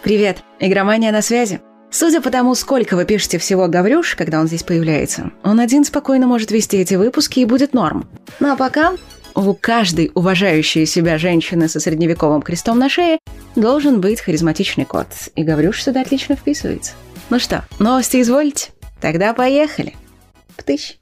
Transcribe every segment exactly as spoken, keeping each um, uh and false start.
Привет, игромания на связи. Судя по тому, сколько вы пишете всего Гаврюш, когда он здесь появляется, он один спокойно может вести эти выпуски и будет норм. Ну а пока у каждой уважающей себя женщины со средневековым крестом на шее должен быть харизматичный кот, и Гаврюш сюда отлично вписывается. Ну что, новости изволите? Тогда поехали. Птыщ.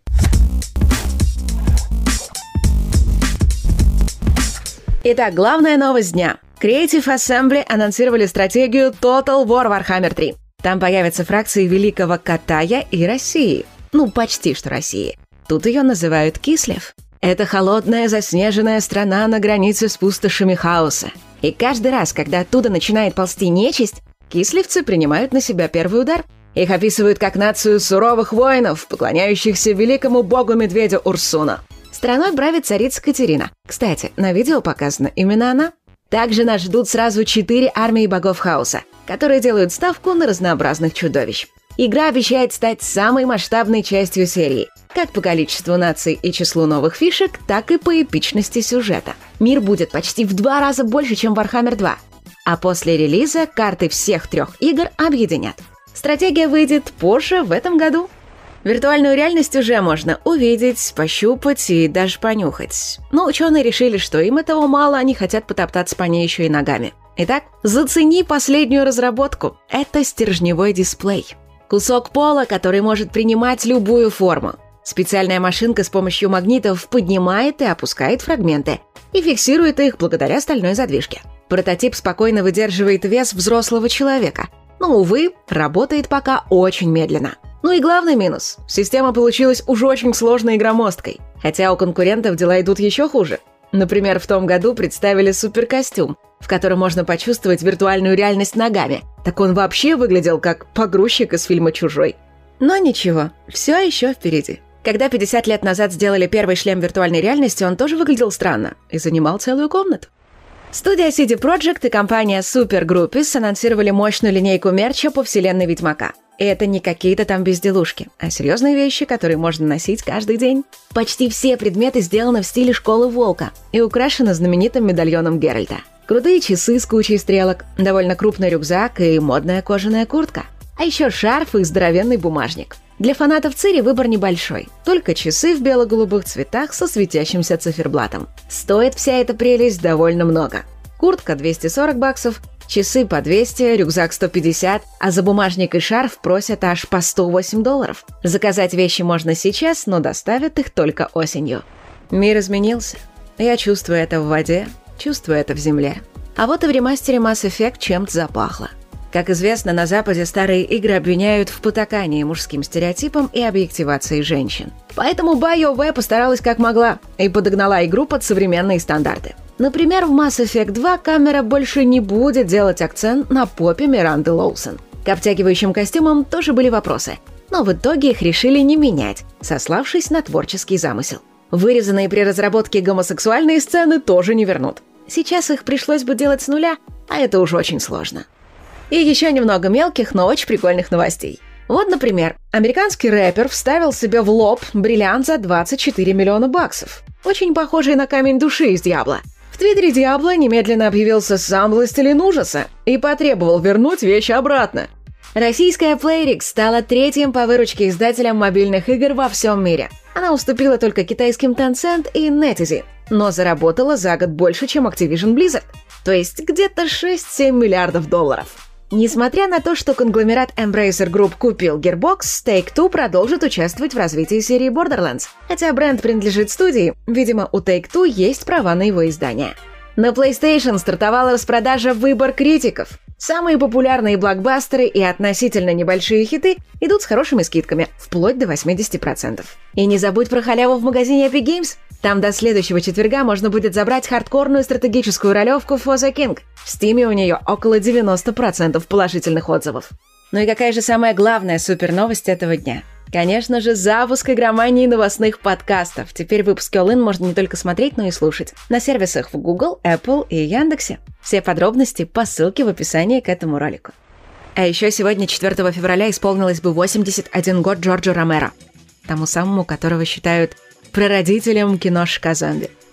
Итак, главная новость дня. Creative Assembly анонсировали стратегию Total War Warhammer три. Там появятся фракции Великого Катая и России. Ну, почти что России. Тут ее называют Кислев. Это холодная заснеженная страна на границе с пустошами хаоса. И каждый раз, когда оттуда начинает ползти нечисть, кислевцы принимают на себя первый удар. Их описывают как нацию суровых воинов, поклоняющихся великому богу-медведю Урсуну. Страной правит царица Катерина. Кстати, на видео показана именно она. Также нас ждут сразу четыре армии богов хаоса, которые делают ставку на разнообразных чудовищ. Игра обещает стать самой масштабной частью серии, как по количеству наций и числу новых фишек, так и по эпичности сюжета. Мир будет почти в два раза больше, чем Warhammer два. А после релиза карты всех трех игр объединят. Стратегия выйдет позже в этом году. Виртуальную реальность уже можно увидеть, пощупать и даже понюхать. Но ученые решили, что им этого мало, они хотят потоптаться по ней еще и ногами. Итак, зацени последнюю разработку. Это стержневой дисплей. Кусок пола, который может принимать любую форму. Специальная машинка с помощью магнитов поднимает и опускает фрагменты и фиксирует их благодаря стальной задвижке. Прототип спокойно выдерживает вес взрослого человека, но, увы, работает пока очень медленно. Ну и главный минус – система получилась уж очень сложной и громоздкой, хотя у конкурентов дела идут еще хуже. Например, в том году представили суперкостюм, в котором можно почувствовать виртуальную реальность ногами. Так он вообще выглядел как погрузчик из фильма «Чужой». Но ничего, все еще впереди. Когда пятьдесят лет назад сделали первый шлем виртуальной реальности, он тоже выглядел странно и занимал целую комнату. Студия си ди Projekt и компания Super Groupies анонсировали мощную линейку мерча по вселенной Ведьмака. И это не какие-то там безделушки, а серьезные вещи, которые можно носить каждый день. Почти все предметы сделаны в стиле Школы Волка и украшены знаменитым медальоном Геральта. Крутые часы с кучей стрелок, довольно крупный рюкзак и модная кожаная куртка. А еще шарф и здоровенный бумажник. Для фанатов Цири выбор небольшой, только часы в бело-голубых цветах со светящимся циферблатом. Стоит вся эта прелесть довольно много. Куртка двести сорок баксов, часы по двести, рюкзак сто пятьдесят, а за бумажник и шарф просят аж по сто восемь долларов. Заказать вещи можно сейчас, но доставят их только осенью. Мир изменился. Я чувствую это в воде, чувствую это в земле. А вот и в ремастере Mass Effect чем-то запахло. Как известно, на Западе старые игры обвиняют в потакании мужским стереотипам и объективации женщин. Поэтому BioWare постаралась как могла и подогнала игру под современные стандарты. Например, в Mass Effect два камера больше не будет делать акцент на попе Миранды Лоусон. К обтягивающим костюмам тоже были вопросы, но в итоге их решили не менять, сославшись на творческий замысел. Вырезанные при разработке гомосексуальные сцены тоже не вернут. Сейчас их пришлось бы делать с нуля, а это уж очень сложно. И еще немного мелких, но очень прикольных новостей. Вот, например, американский рэпер вставил себе в лоб бриллиант за двадцать четыре миллиона баксов, очень похожий на камень души из Диабло. В твиттере Диабло немедленно объявился сам властелин ужаса и потребовал вернуть вещи обратно. Российская Playrix стала третьим по выручке издателем мобильных игр во всем мире. Она уступила только китайским Tencent и NetEasy, но заработала за год больше, чем Activision Blizzard, то есть где-то шесть-семь миллиардов долларов. Несмотря на то, что конгломерат Embracer Group купил Gearbox, Take-Two продолжит участвовать в развитии серии Borderlands. Хотя бренд принадлежит студии, видимо, у Take-Two есть права на его издание. На PlayStation стартовала распродажа «Выбор критиков». Самые популярные блокбастеры и относительно небольшие хиты идут с хорошими скидками, вплоть до восемьдесят процентов. И не забудь про халяву в магазине Epic Games. Там до следующего четверга можно будет забрать хардкорную стратегическую ролевку For the King. В Стиме у нее около девяносто процентов положительных отзывов. Ну и какая же самая главная супер новость этого дня? Конечно же, запуск игромании новостных подкастов. Теперь выпуски All In можно не только смотреть, но и слушать. На сервисах в Google, Apple и Яндексе. Все подробности по ссылке в описании к этому ролику. А еще сегодня, четвёртого февраля, исполнилось бы восемьдесят один год Джорджу Ромеро. Тому самому, которого считают прародителем киношек о зомби.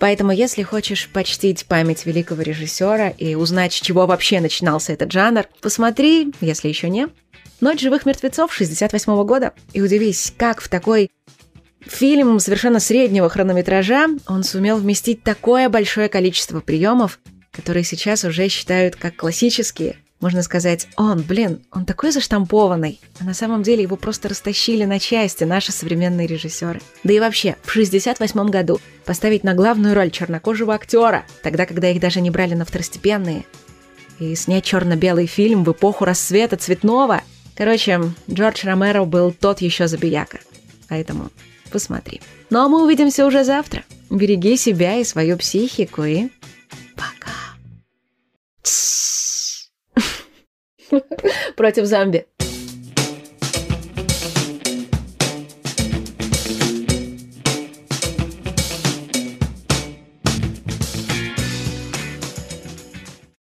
Поэтому, если хочешь почтить память великого режиссера и узнать, с чего вообще начинался этот жанр, посмотри, если еще не, «Ночь живых мертвецов» шестьдесят восьмого года и удивись, как в такой фильм совершенно среднего хронометража он сумел вместить такое большое количество приемов, которые сейчас уже считают как классические. Можно сказать, он, блин, он такой заштампованный, а на самом деле его просто растащили на части наши современные режиссеры. Да и вообще, в шестьдесят восьмом году поставить на главную роль чернокожего актера, тогда, когда их даже не брали на второстепенные, и снять черно-белый фильм в эпоху рассвета цветного. Короче, Джордж Ромеро был тот еще забияка. Поэтому посмотри. Ну а мы увидимся уже завтра. Береги себя и свою психику и пока. Против зомби.